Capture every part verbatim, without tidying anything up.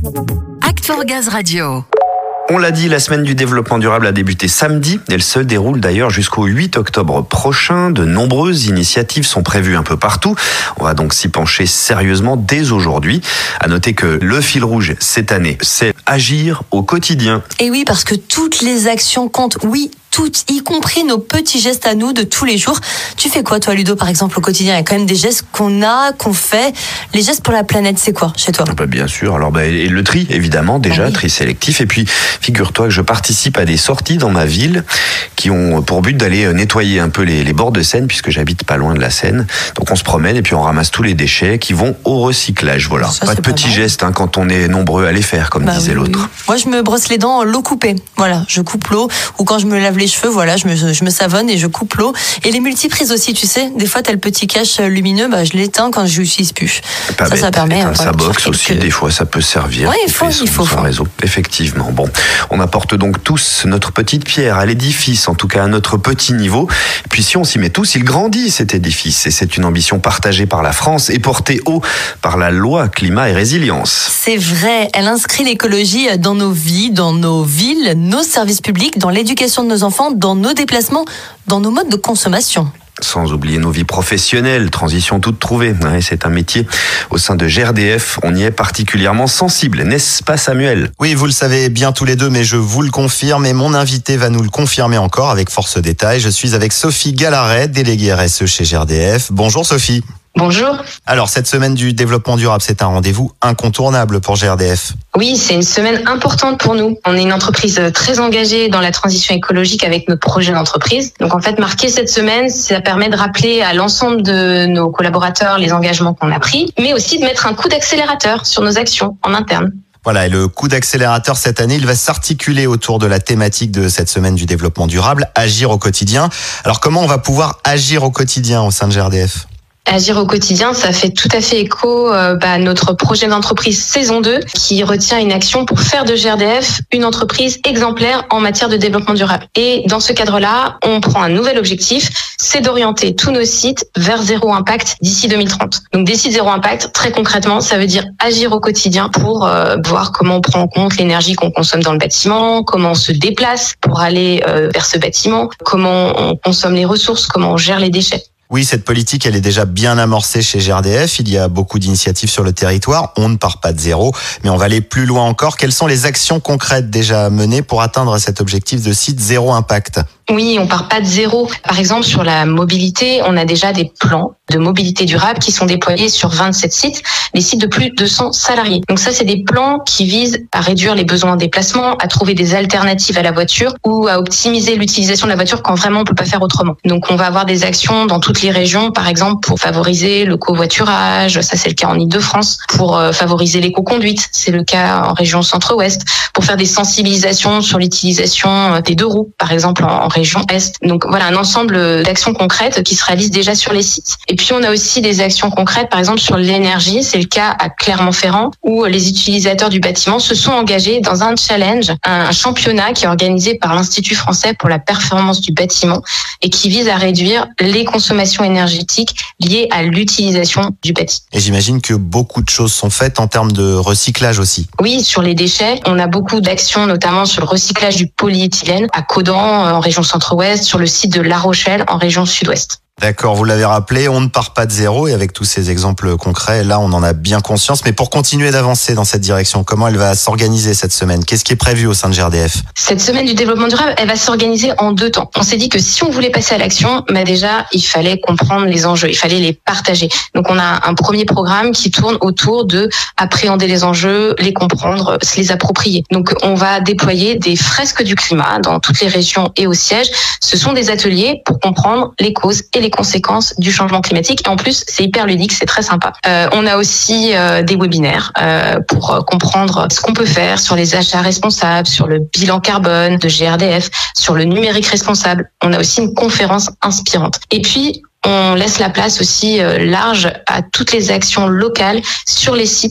Act for Gaz Radio. On l'a dit, la semaine du développement durable a débuté samedi. Elle se déroule d'ailleurs jusqu'au huit octobre prochain. De nombreuses initiatives sont prévues un peu partout. On va donc s'y pencher sérieusement dès aujourd'hui. À noter que le fil rouge cette année, c'est agir au quotidien. Et oui, parce que toutes les actions comptent. Oui, toutes, y compris nos petits gestes à nous de tous les jours. Tu fais quoi, toi, Ludo, par exemple, au quotidien? Il y a quand même des gestes qu'on a, qu'on fait. Les gestes pour la planète, c'est quoi, chez toi? Bah, bien sûr. Alors, bah, et le tri, évidemment, déjà, bah oui. Tri sélectif. Et puis, figure-toi que je participe à des sorties dans ma ville qui ont pour but d'aller nettoyer un peu les, les bords de Seine, puisque j'habite pas loin de la Seine. Donc, on se promène et puis on ramasse tous les déchets qui vont au recyclage. Voilà. Ça, pas de petits gestes hein, quand on est nombreux à les faire, comme bah, disait oui, l'autre. Oui. Moi, je me brosse les dents l'eau coupée. Voilà, je coupe l'eau. Ou quand je me lave les cheveux, voilà, je me, je me savonne et je coupe l'eau. Et les multiprises aussi, tu sais. Des fois, t'as le petit cache lumineux, bah, je l'éteins quand je l'utilise plus. Pas ça, bête. ça permet. Un Voilà, sabox aussi, quelques... des fois, ça peut servir. Oui, il faut, son, il faut. Son réseau, effectivement. Bon, on apporte donc tous notre petite pierre à l'édifice, en tout cas à notre petit niveau. Et puis si on s'y met tous, il grandit cet édifice. Et c'est une ambition partagée par la France et portée haut par la loi climat et résilience. C'est vrai, elle inscrit l'écologie dans nos vies, dans nos villes, nos services publics, dans l'éducation de nos enfants, dans nos déplacements, dans nos modes de consommation. Sans oublier nos vies professionnelles, transition toute trouvée. Ouais, c'est un métier au sein de G R D F. On y est particulièrement sensible, n'est-ce pas Samuel? Oui, vous le savez bien tous les deux, mais je vous le confirme et mon invité va nous le confirmer encore avec force détail. Je suis avec Sophie Gallaret, déléguée R S E chez G R D F. Bonjour Sophie. Bonjour. Alors, cette semaine du développement durable, c'est un rendez-vous incontournable pour G R D F. Oui, c'est une semaine importante pour nous. On est une entreprise très engagée dans la transition écologique avec notre projet d'entreprise. Donc, en fait, marquer cette semaine, ça permet de rappeler à l'ensemble de nos collaborateurs les engagements qu'on a pris, mais aussi de mettre un coup d'accélérateur sur nos actions en interne. Voilà, et le coup d'accélérateur cette année, il va s'articuler autour de la thématique de cette semaine du développement durable, agir au quotidien. Alors, comment on va pouvoir agir au quotidien au sein de G R D F ? Agir au quotidien, ça fait tout à fait écho euh, bah, à notre projet d'entreprise saison deux qui retient une action pour faire de G R D F une entreprise exemplaire en matière de développement durable. Et dans ce cadre-là, on prend un nouvel objectif, c'est d'orienter tous nos sites vers zéro impact d'ici deux mille trente. Donc des sites zéro impact, très concrètement, ça veut dire agir au quotidien pour euh, voir comment on prend en compte l'énergie qu'on consomme dans le bâtiment, comment on se déplace pour aller euh, vers ce bâtiment, comment on consomme les ressources, comment on gère les déchets. Oui, cette politique, elle est déjà bien amorcée chez G R D F. Il y a beaucoup d'initiatives sur le territoire. On ne part pas de zéro, mais on va aller plus loin encore. Quelles sont les actions concrètes déjà menées pour atteindre cet objectif de site zéro impact ? Oui, on part pas de zéro. Par exemple, sur la mobilité, on a déjà des plans de mobilité durable qui sont déployés sur vingt-sept sites, les sites de plus de deux cents salariés. Donc ça, c'est des plans qui visent à réduire les besoins en déplacement, à trouver des alternatives à la voiture ou à optimiser l'utilisation de la voiture quand vraiment on peut pas faire autrement. Donc on va avoir des actions dans toutes les régions, par exemple, pour favoriser le covoiturage, ça c'est le cas en Île-de-France, pour favoriser l'éco-conduite, c'est le cas en région centre-ouest, pour faire des sensibilisations sur l'utilisation des deux roues, par exemple en région Est. Donc voilà, un ensemble d'actions concrètes qui se réalisent déjà sur les sites. Et puis on a aussi des actions concrètes, par exemple sur l'énergie, c'est le cas à Clermont-Ferrand, où les utilisateurs du bâtiment se sont engagés dans un challenge, un championnat qui est organisé par l'Institut français pour la performance du bâtiment et qui vise à réduire les consommations énergétiques liées à l'utilisation du bâti. Et j'imagine que beaucoup de choses sont faites en termes de recyclage aussi. Oui, sur les déchets, on a beaucoup d'actions, notamment sur le recyclage du polyéthylène à Caudan, en région centre-ouest, sur le site de La Rochelle, en région sud-ouest. D'accord, vous l'avez rappelé, on ne part pas de zéro et avec tous ces exemples concrets, là on en a bien conscience. Mais pour continuer d'avancer dans cette direction, comment elle va s'organiser cette semaine ? Qu'est-ce qui est prévu au sein de G R D F ? Cette semaine du développement durable, elle va s'organiser en deux temps. On s'est dit que si on voulait passer à l'action, bah déjà il fallait comprendre les enjeux, il fallait les partager. Donc on a un premier programme qui tourne autour de appréhender les enjeux, les comprendre, se les approprier. Donc on va déployer des fresques du climat dans toutes les régions et au siège. Ce sont des ateliers pour comprendre les causes et les les conséquences du changement climatique. Et en plus, c'est hyper ludique, c'est très sympa. Euh, on a aussi euh, des webinaires euh, pour euh, comprendre ce qu'on peut faire sur les achats responsables, sur le bilan carbone de G R D F, sur le numérique responsable. On a aussi une conférence inspirante. Et puis, on laisse la place aussi euh, large à toutes les actions locales sur les sites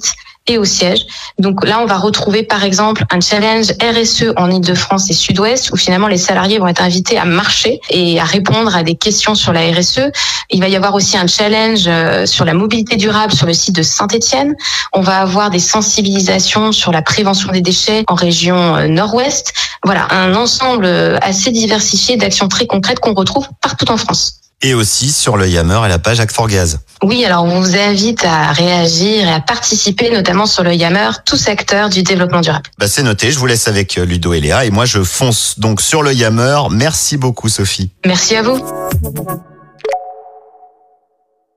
et au siège. Donc là, on va retrouver par exemple un challenge R S E en Île-de-France et Sud-Ouest où finalement les salariés vont être invités à marcher et à répondre à des questions sur la R S E. Il va y avoir aussi un challenge sur la mobilité durable sur le site de Saint-Étienne. On va avoir des sensibilisations sur la prévention des déchets en région Nord-Ouest. Voilà, un ensemble assez diversifié d'actions très concrètes qu'on retrouve partout en France. Et aussi sur le Yammer et la page Act for Gaz. Oui, alors on vous invite à réagir et à participer, notamment sur le Yammer, tous acteurs du développement durable. Bah c'est noté, je vous laisse avec Ludo et Léa et moi je fonce donc sur le Yammer. Merci beaucoup Sophie. Merci à vous.